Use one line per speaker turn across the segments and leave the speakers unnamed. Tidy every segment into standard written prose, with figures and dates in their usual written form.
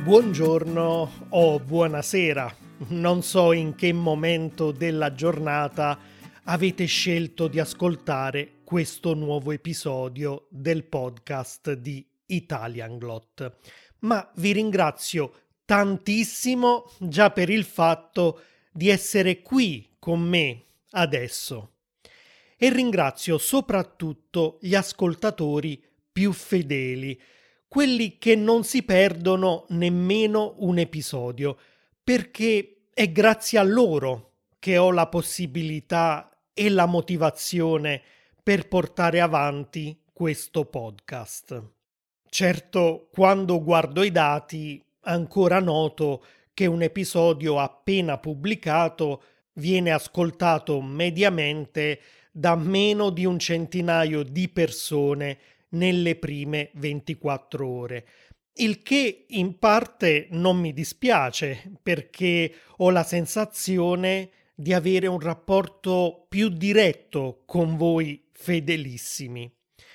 Buongiorno o buonasera, non so in che momento della giornata avete scelto di ascoltare questo nuovo episodio del podcast di Italianglot, ma vi ringrazio tantissimo già per il fatto di essere qui con me adesso e ringrazio soprattutto gli ascoltatori più fedeli, quelli che non si perdono nemmeno un episodio, perché è grazie a loro che ho la possibilità e la motivazione per portare avanti questo podcast. Certo, quando guardo i dati, ancora noto che un episodio appena pubblicato viene ascoltato mediamente da meno di un centinaio di persone nelle prime 24 ore. Il che in parte non mi dispiace, perché ho la sensazione di avere un rapporto più diretto con voi fedelissimi.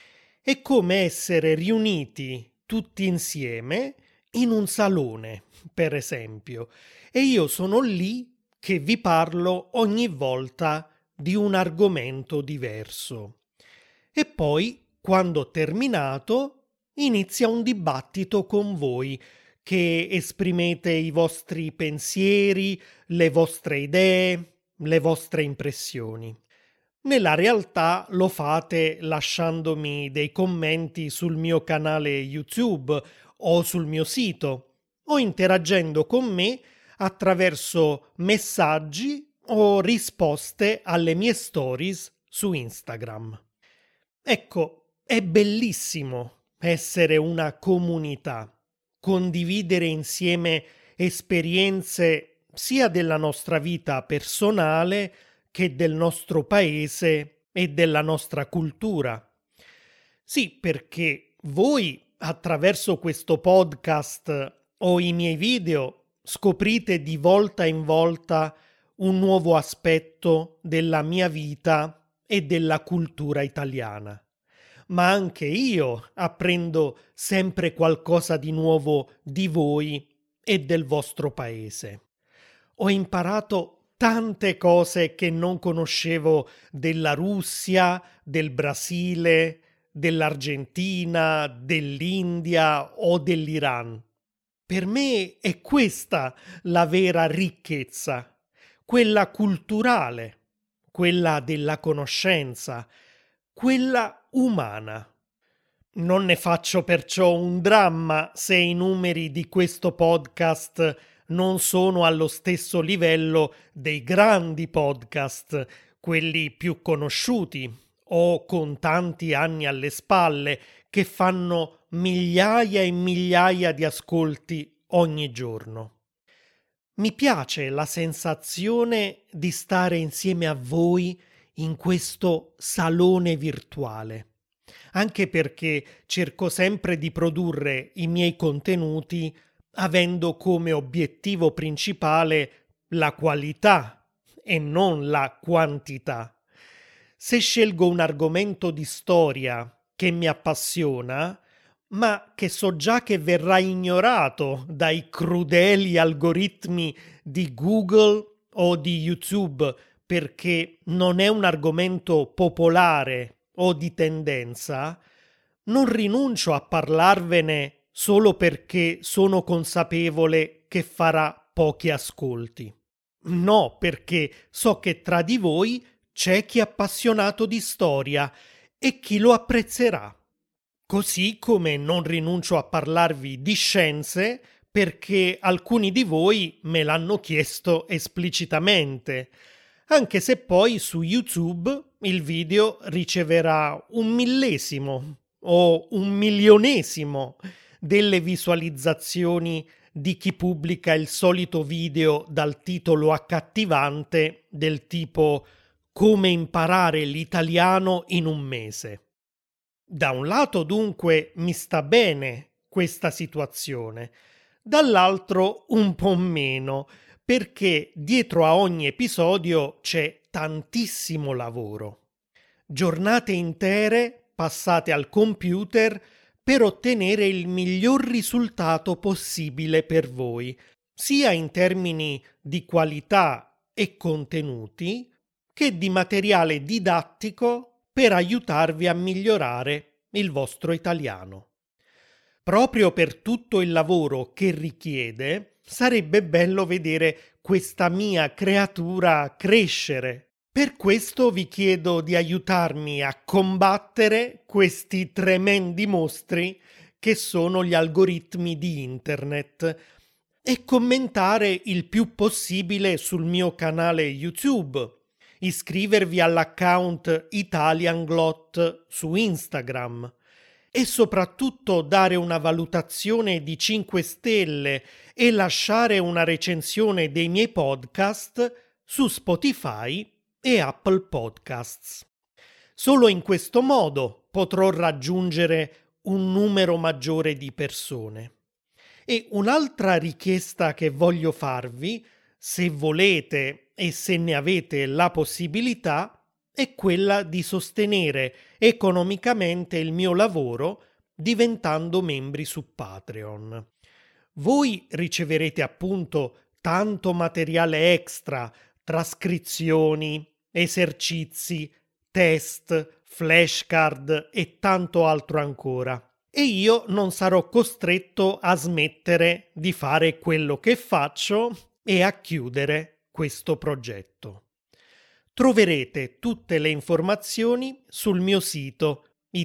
È come essere riuniti tutti insieme in un salone, per esempio, e io sono lì che vi parlo ogni volta di un argomento diverso. E poi, quando ho terminato, inizia un dibattito con voi, che esprimete i vostri pensieri, le vostre idee, le vostre impressioni. Nella realtà lo fate lasciandomi dei commenti sul mio canale YouTube o sul mio sito, o interagendo con me attraverso messaggi o risposte alle mie stories su Instagram. Ecco, è bellissimo essere una comunità, condividere insieme esperienze sia della nostra vita personale che del nostro paese e della nostra cultura. Sì, perché voi attraverso questo podcast o i miei video scoprite di volta in volta un nuovo aspetto della mia vita e della cultura italiana. Ma anche io apprendo sempre qualcosa di nuovo di voi e del vostro paese. Ho imparato tante cose che non conoscevo della Russia, del Brasile, dell'Argentina, dell'India o dell'Iran. Per me è questa la vera ricchezza, quella culturale, quella della conoscenza, quella umana. Non ne faccio perciò un dramma se i numeri di questo podcast non sono allo stesso livello dei grandi podcast, quelli più conosciuti o con tanti anni alle spalle, che fanno migliaia e migliaia di ascolti ogni giorno. Mi piace la sensazione di stare insieme a voi in questo salone virtuale, anche perché cerco sempre di produrre i miei contenuti avendo come obiettivo principale la qualità e non la quantità. Se scelgo un argomento di storia che mi appassiona, ma che so già che verrà ignorato dai crudeli algoritmi di Google o di YouTube perché non è un argomento popolare o di tendenza, non rinuncio a parlarvene solo perché sono consapevole che farà pochi ascolti. No, perché so che tra di voi c'è chi è appassionato di storia e chi lo apprezzerà. Così come non rinuncio a parlarvi di scienze perché alcuni di voi me l'hanno chiesto esplicitamente, anche se poi su YouTube il video riceverà 1/1000 o 1/1000 delle visualizzazioni di chi pubblica il solito video dal titolo accattivante del tipo "Come imparare l'italiano in un mese". Da un lato dunque mi sta bene questa situazione, dall'altro un po' meno, perché dietro a ogni episodio c'è tantissimo lavoro. Giornate intere passate al computer per ottenere il miglior risultato possibile per voi, sia in termini di qualità e contenuti, che di materiale didattico per aiutarvi a migliorare il vostro italiano. Proprio per tutto il lavoro che richiede, sarebbe bello vedere questa mia creatura crescere. Per questo vi chiedo di aiutarmi a combattere questi tremendi mostri che sono gli algoritmi di internet e commentare il più possibile sul mio canale YouTube, iscrivervi all'account Italianglot su Instagram e soprattutto dare una valutazione di 5 stelle e lasciare una recensione dei miei podcast su Spotify e Apple Podcasts. Solo in questo modo potrò raggiungere un numero maggiore di persone. E un'altra richiesta che voglio farvi, se volete e se ne avete la possibilità, è quella di sostenere economicamente il mio lavoro diventando membri su Patreon. Voi riceverete appunto tanto materiale extra, trascrizioni, esercizi, test, flashcard e tanto altro ancora. E io non sarò costretto a smettere di fare quello che faccio e a chiudere questo progetto. Troverete tutte le informazioni sul mio sito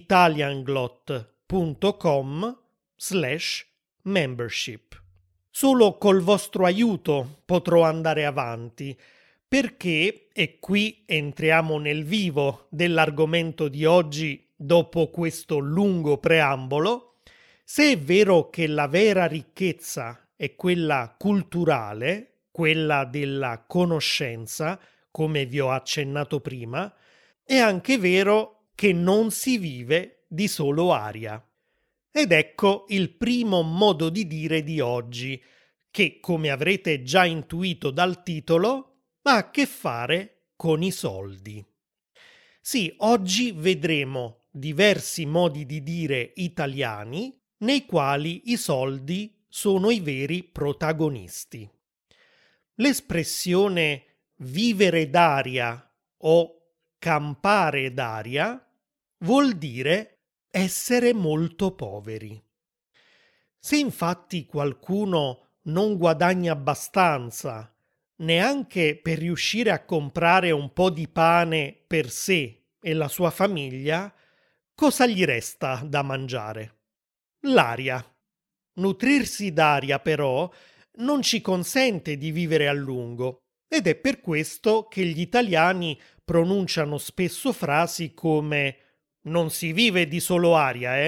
italianglot.com/membership. Solo col vostro aiuto potrò andare avanti, perché, e qui entriamo nel vivo dell'argomento di oggi dopo questo lungo preambolo, se è vero che la vera ricchezza è quella culturale, quella della conoscenza, come vi ho accennato prima, è anche vero che non si vive di solo aria. Ed ecco il primo modo di dire di oggi, che, come avrete già intuito dal titolo, ha a che fare con i soldi. Sì, oggi vedremo diversi modi di dire italiani nei quali i soldi sono i veri protagonisti. L'espressione vivere d'aria o campare d'aria vuol dire essere molto poveri. Se infatti qualcuno non guadagna abbastanza neanche per riuscire a comprare un po' di pane per sé e la sua famiglia, cosa gli resta da mangiare? L'aria. Nutrirsi d'aria, però, non ci consente di vivere a lungo, ed è per questo che gli italiani pronunciano spesso frasi come «non si vive di solo aria,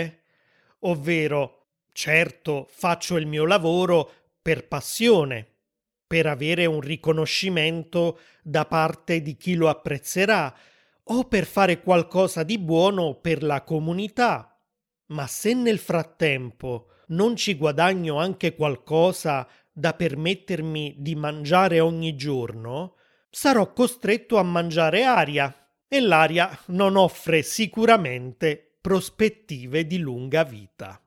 ovvero «certo, faccio il mio lavoro per passione», per avere un riconoscimento da parte di chi lo apprezzerà o per fare qualcosa di buono per la comunità. Ma se nel frattempo non ci guadagno anche qualcosa da permettermi di mangiare ogni giorno, sarò costretto a mangiare aria e l'aria non offre sicuramente prospettive di lunga vita.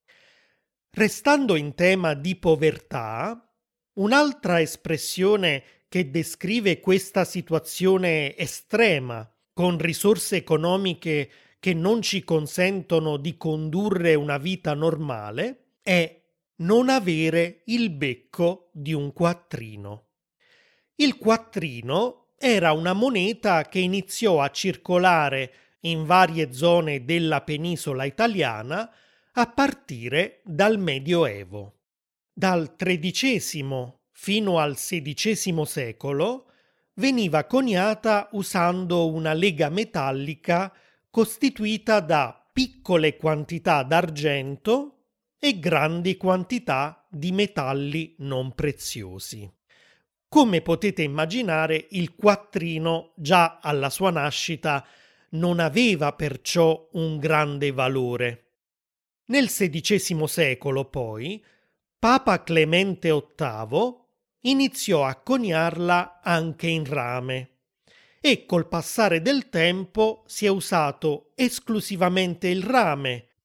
Restando in tema di povertà, un'altra espressione che descrive questa situazione estrema, con risorse economiche che non ci consentono di condurre una vita normale, è non avere il becco di un quattrino. Il quattrino era una moneta che iniziò a circolare in varie zone della penisola italiana a partire dal Medioevo. Dal XIII fino al XVI secolo veniva coniata usando una lega metallica costituita da piccole quantità d'argento e grandi quantità di metalli non preziosi. Come potete immaginare, il quattrino già alla sua nascita non aveva perciò un grande valore. Nel XVI secolo, poi, Papa Clemente VIII iniziò a coniarla anche in rame e col passare del tempo si è usato esclusivamente il rame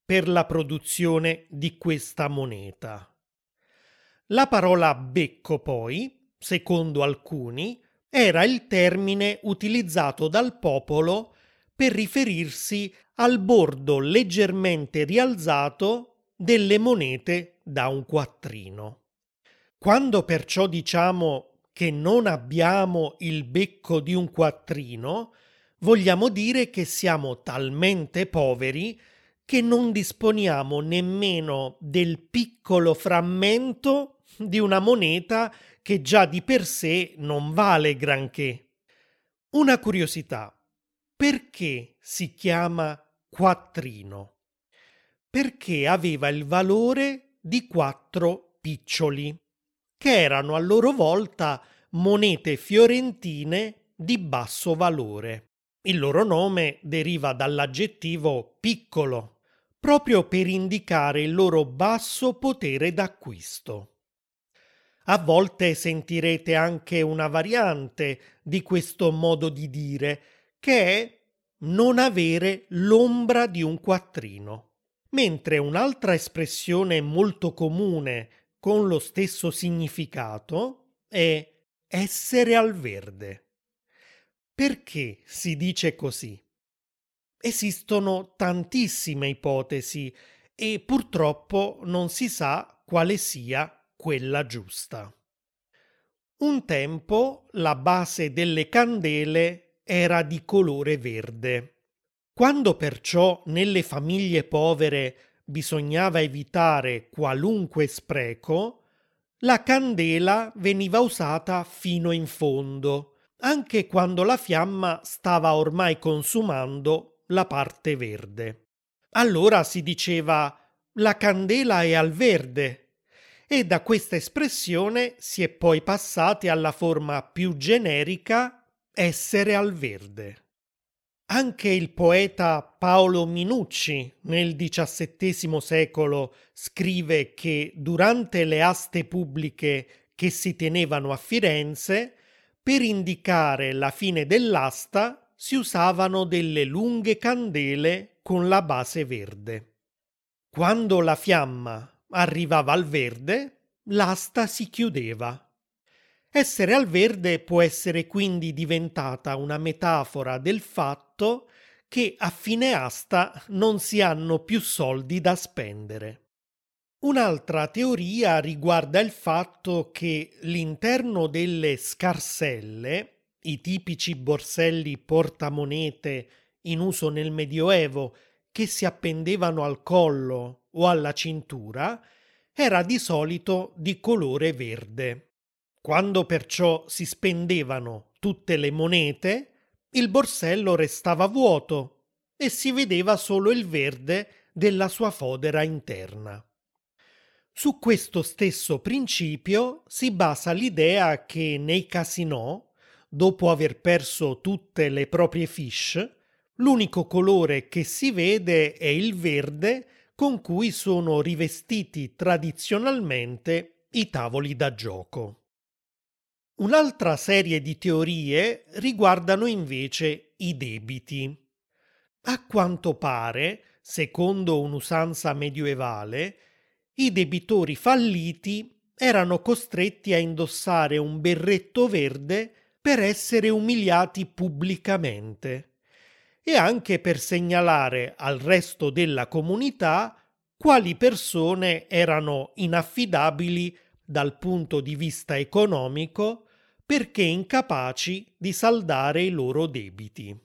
per la produzione di questa moneta. La parola becco, poi, secondo alcuni, era il termine utilizzato dal popolo per riferirsi al bordo leggermente rialzato delle monete da un quattrino. Quando perciò diciamo che non abbiamo il becco di un quattrino, vogliamo dire che siamo talmente poveri che non disponiamo nemmeno del piccolo frammento di una moneta che già di per sé non vale granché. Una curiosità: perché si chiama quattrino? Perché aveva il valore di 4 piccioli, che erano a loro volta monete fiorentine di basso valore. Il loro nome deriva dall'aggettivo piccolo, proprio per indicare il loro basso potere d'acquisto. A volte sentirete anche una variante di questo modo di dire, che è non avere l'ombra di un quattrino, mentre un'altra espressione molto comune con lo stesso significato è essere al verde. Perché si dice così? Esistono tantissime ipotesi e purtroppo non si sa quale sia quella giusta. Un tempo la base delle candele era di colore verde. Quando perciò nelle famiglie povere bisognava evitare qualunque spreco, la candela veniva usata fino in fondo, anche quando la fiamma stava ormai consumando la parte verde. Allora si diceva: la candela è al verde, e da questa espressione si è poi passati alla forma più generica essere al verde. Anche il poeta Paolo Minucci nel XVII secolo scrive che durante le aste pubbliche che si tenevano a Firenze, per indicare la fine dell'asta si usavano delle lunghe candele con la base verde. Quando la fiamma arrivava al verde, l'asta si chiudeva. Essere al verde può essere quindi diventata una metafora del fatto che a fine asta non si hanno più soldi da spendere. Un'altra teoria riguarda il fatto che l'interno delle scarselle, i tipici borselli portamonete in uso nel Medioevo che si appendevano al collo o alla cintura, era di solito di colore verde. Quando perciò si spendevano tutte le monete, il borsello restava vuoto e si vedeva solo il verde della sua fodera interna. Su questo stesso principio si basa l'idea che nei casinò, dopo aver perso tutte le proprie fiche, l'unico colore che si vede è il verde con cui sono rivestiti tradizionalmente i tavoli da gioco. Un'altra serie di teorie riguardano invece i debiti. A quanto pare, secondo un'usanza medioevale, i debitori falliti erano costretti a indossare un berretto verde per essere umiliati pubblicamente e anche per segnalare al resto della comunità quali persone erano inaffidabili dal punto di vista economico perché incapaci di saldare i loro debiti.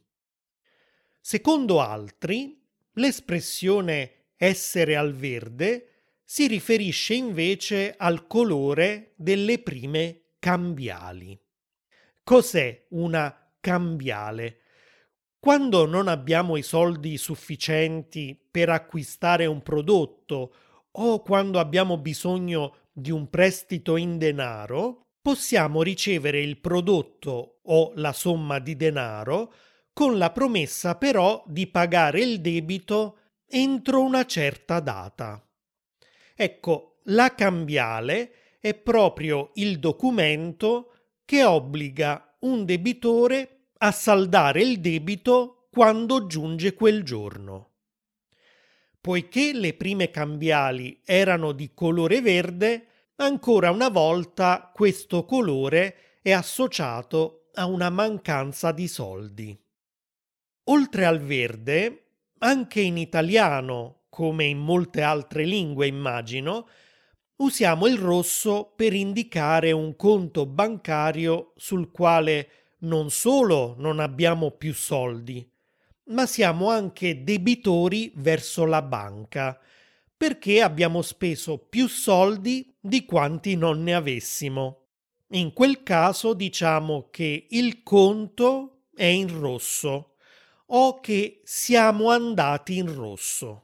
Secondo altri, l'espressione essere al verde si riferisce invece al colore delle prime cambiali. Cos'è una cambiale? Quando non abbiamo i soldi sufficienti per acquistare un prodotto o quando abbiamo bisogno di un prestito in denaro, possiamo ricevere il prodotto o la somma di denaro con la promessa però di pagare il debito entro una certa data. Ecco, la cambiale è proprio il documento che obbliga un debitore a saldare il debito quando giunge quel giorno. Poiché le prime cambiali erano di colore verde, ancora una volta questo colore è associato a una mancanza di soldi. Oltre al verde, anche in italiano, come in molte altre lingue immagino, usiamo il rosso per indicare un conto bancario sul quale non solo non abbiamo più soldi, ma siamo anche debitori verso la banca, perché abbiamo speso più soldi di quanti non ne avessimo. In quel caso diciamo che il conto è in rosso o che siamo andati in rosso.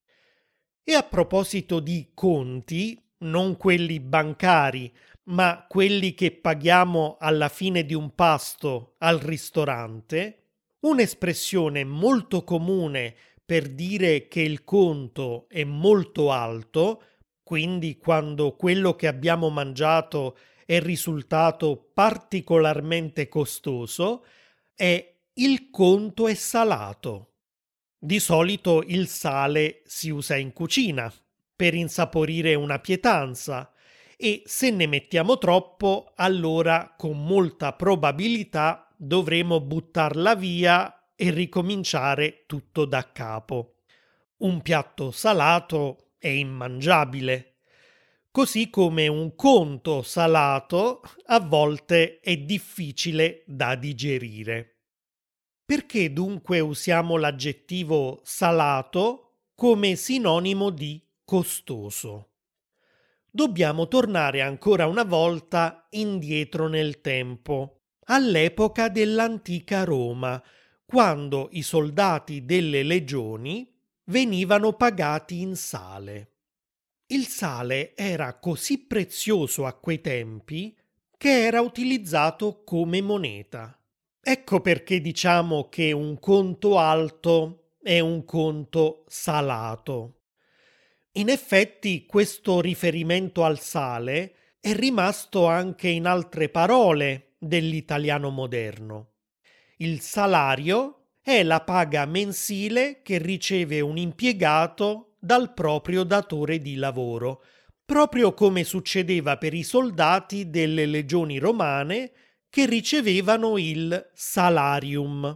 E a proposito di conti, non quelli bancari, ma quelli che paghiamo alla fine di un pasto al ristorante, un'espressione molto comune per dire che il conto è molto alto, quindi quando quello che abbiamo mangiato è risultato particolarmente costoso, è il conto è salato. Di solito il sale si usa in cucina per insaporire una pietanza e se ne mettiamo troppo, allora con molta probabilità dovremo buttarla via e ricominciare tutto da capo. Un piatto salato è immangiabile, così come un conto salato a volte è difficile da digerire. Perché dunque usiamo l'aggettivo salato come sinonimo di costoso? Dobbiamo tornare ancora una volta indietro nel tempo, all'epoca dell'antica Roma, quando i soldati delle legioni venivano pagati in sale. Il sale era così prezioso a quei tempi che era utilizzato come moneta. Ecco perché diciamo che un conto alto è un conto salato. In effetti questo riferimento al sale è rimasto anche in altre parole dell'italiano moderno. Il salario è la paga mensile che riceve un impiegato dal proprio datore di lavoro, proprio come succedeva per i soldati delle legioni romane che ricevevano il salarium.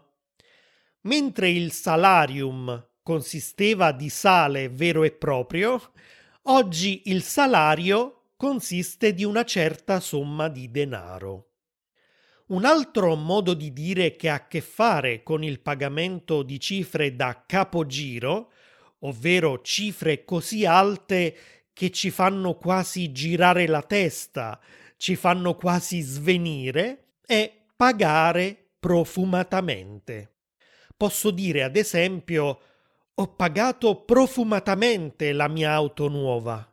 Mentre il salarium consisteva di sale vero e proprio, oggi il salario consiste di una certa somma di denaro. Un altro modo di dire che ha a che fare con il pagamento di cifre da capogiro, ovvero cifre così alte che ci fanno quasi girare la testa, ci fanno quasi svenire, è pagare profumatamente. Posso dire ad esempio: ho pagato profumatamente la mia auto nuova.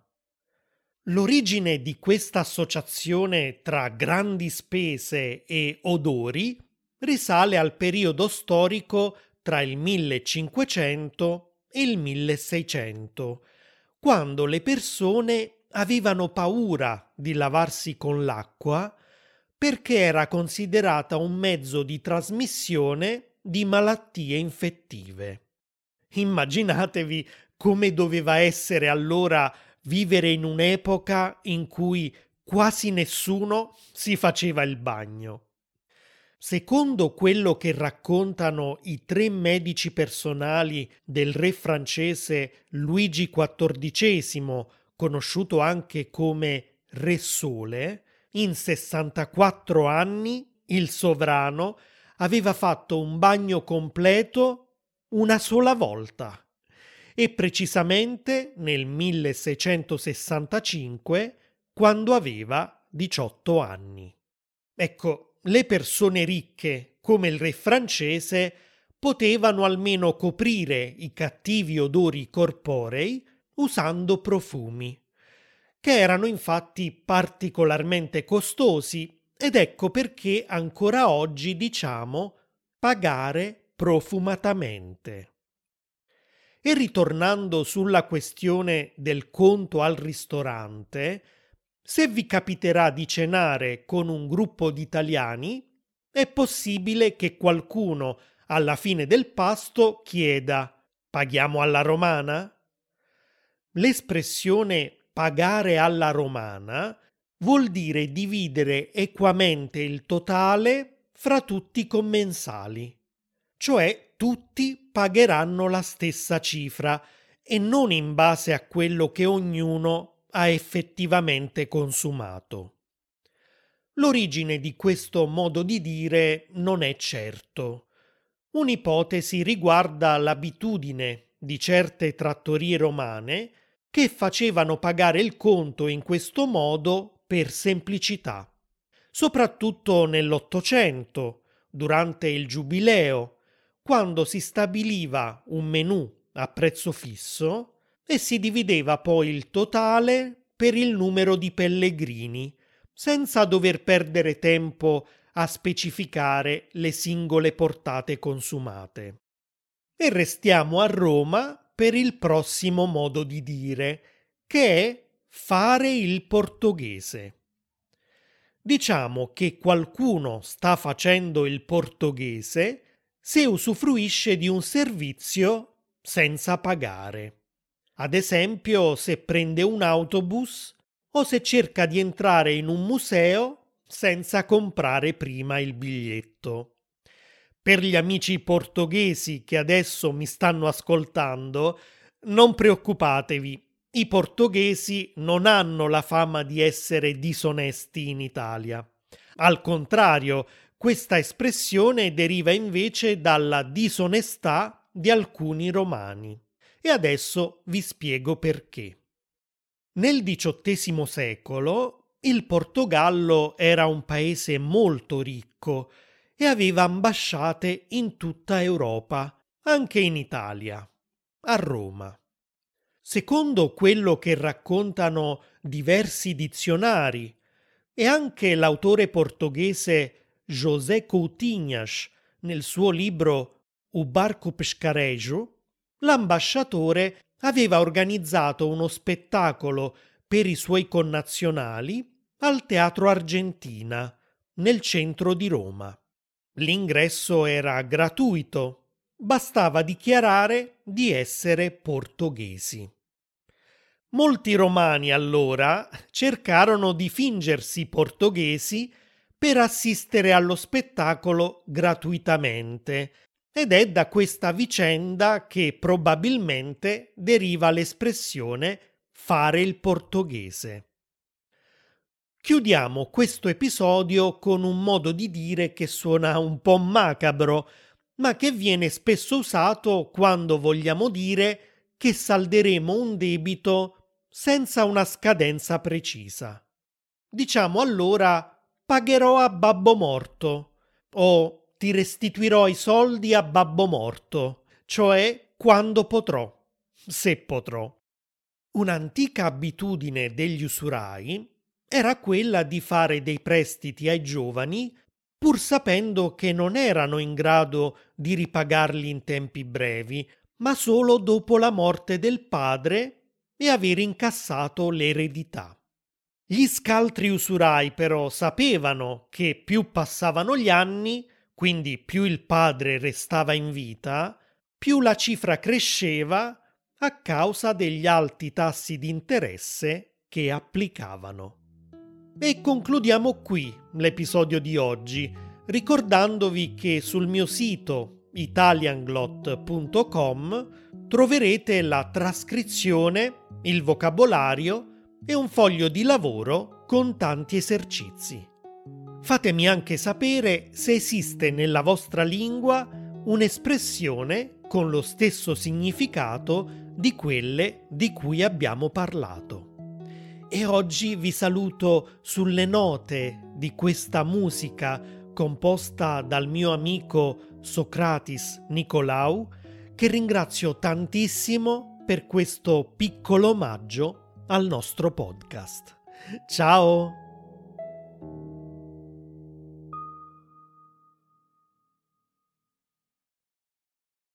L'origine di questa associazione tra grandi spese e odori risale al periodo storico tra il 1500 e il 1600, quando le persone avevano paura di lavarsi con l'acqua perché era considerata un mezzo di trasmissione di malattie infettive. Immaginatevi come doveva essere allora vivere in un'epoca in cui quasi nessuno si faceva il bagno. Secondo quello che raccontano i 3 medici personali del re francese Luigi XIV, conosciuto anche come Re Sole, in 64 anni il sovrano aveva fatto un bagno completo una sola volta e precisamente nel 1665, quando aveva 18 anni. Ecco, le persone ricche, come il re francese, potevano almeno coprire i cattivi odori corporei usando profumi, che erano infatti particolarmente costosi, ed ecco perché ancora oggi diciamo pagare profumatamente. E ritornando sulla questione del conto al ristorante, se vi capiterà di cenare con un gruppo di italiani, è possibile che qualcuno alla fine del pasto chieda: paghiamo alla romana? L'espressione pagare alla romana vuol dire dividere equamente il totale fra tutti i commensali, cioè tutti pagheranno la stessa cifra e non in base a quello che ognuno ha effettivamente consumato. L'origine di questo modo di dire non è certo. Un'ipotesi riguarda l'abitudine di certe trattorie romane che facevano pagare il conto in questo modo per semplicità. Soprattutto nell'Ottocento, durante il Giubileo, quando si stabiliva un menù a prezzo fisso e si divideva poi il totale per il numero di pellegrini, senza dover perdere tempo a specificare le singole portate consumate. E restiamo a Roma per il prossimo modo di dire, che è fare il portoghese. Diciamo che qualcuno sta facendo il portoghese se usufruisce di un servizio senza pagare. Ad esempio, se prende un autobus o se cerca di entrare in un museo senza comprare prima il biglietto. Per gli amici portoghesi che adesso mi stanno ascoltando, non preoccupatevi, i portoghesi non hanno la fama di essere disonesti in Italia. Al contrario, questa espressione deriva invece dalla disonestà di alcuni romani. E adesso vi spiego perché. Nel XVIII secolo il Portogallo era un paese molto ricco e aveva ambasciate in tutta Europa, anche in Italia, a Roma. Secondo quello che raccontano diversi dizionari e anche l'autore portoghese José Coutinhas nel suo libro O Barco Pescarejo, l'ambasciatore aveva organizzato uno spettacolo per i suoi connazionali al Teatro Argentina, nel centro di Roma. L'ingresso era gratuito, bastava dichiarare di essere portoghesi. Molti romani allora cercarono di fingersi portoghesi per assistere allo spettacolo gratuitamente, ed è da questa vicenda che probabilmente deriva l'espressione fare il portoghese. Chiudiamo questo episodio con un modo di dire che suona un po' macabro, ma che viene spesso usato quando vogliamo dire che salderemo un debito senza una scadenza precisa. Diciamo allora pagherò a babbo morto o ti restituirò i soldi a babbo morto, cioè quando potrò, se potrò. Un'antica abitudine degli usurai era quella di fare dei prestiti ai giovani pur sapendo che non erano in grado di ripagarli in tempi brevi, ma solo dopo la morte del padre e aver incassato l'eredità. Gli scaltri usurai però sapevano che più passavano gli anni, quindi più il padre restava in vita, più la cifra cresceva a causa degli alti tassi di interesse che applicavano. E concludiamo qui l'episodio di oggi, ricordandovi che sul mio sito italianglot.com troverete la trascrizione, il vocabolario e un foglio di lavoro con tanti esercizi. Fatemi anche sapere se esiste nella vostra lingua un'espressione con lo stesso significato di quelle di cui abbiamo parlato. E oggi vi saluto sulle note di questa musica composta dal mio amico Socratis Nicolau, che ringrazio tantissimo per questo piccolo omaggio al nostro podcast. Ciao!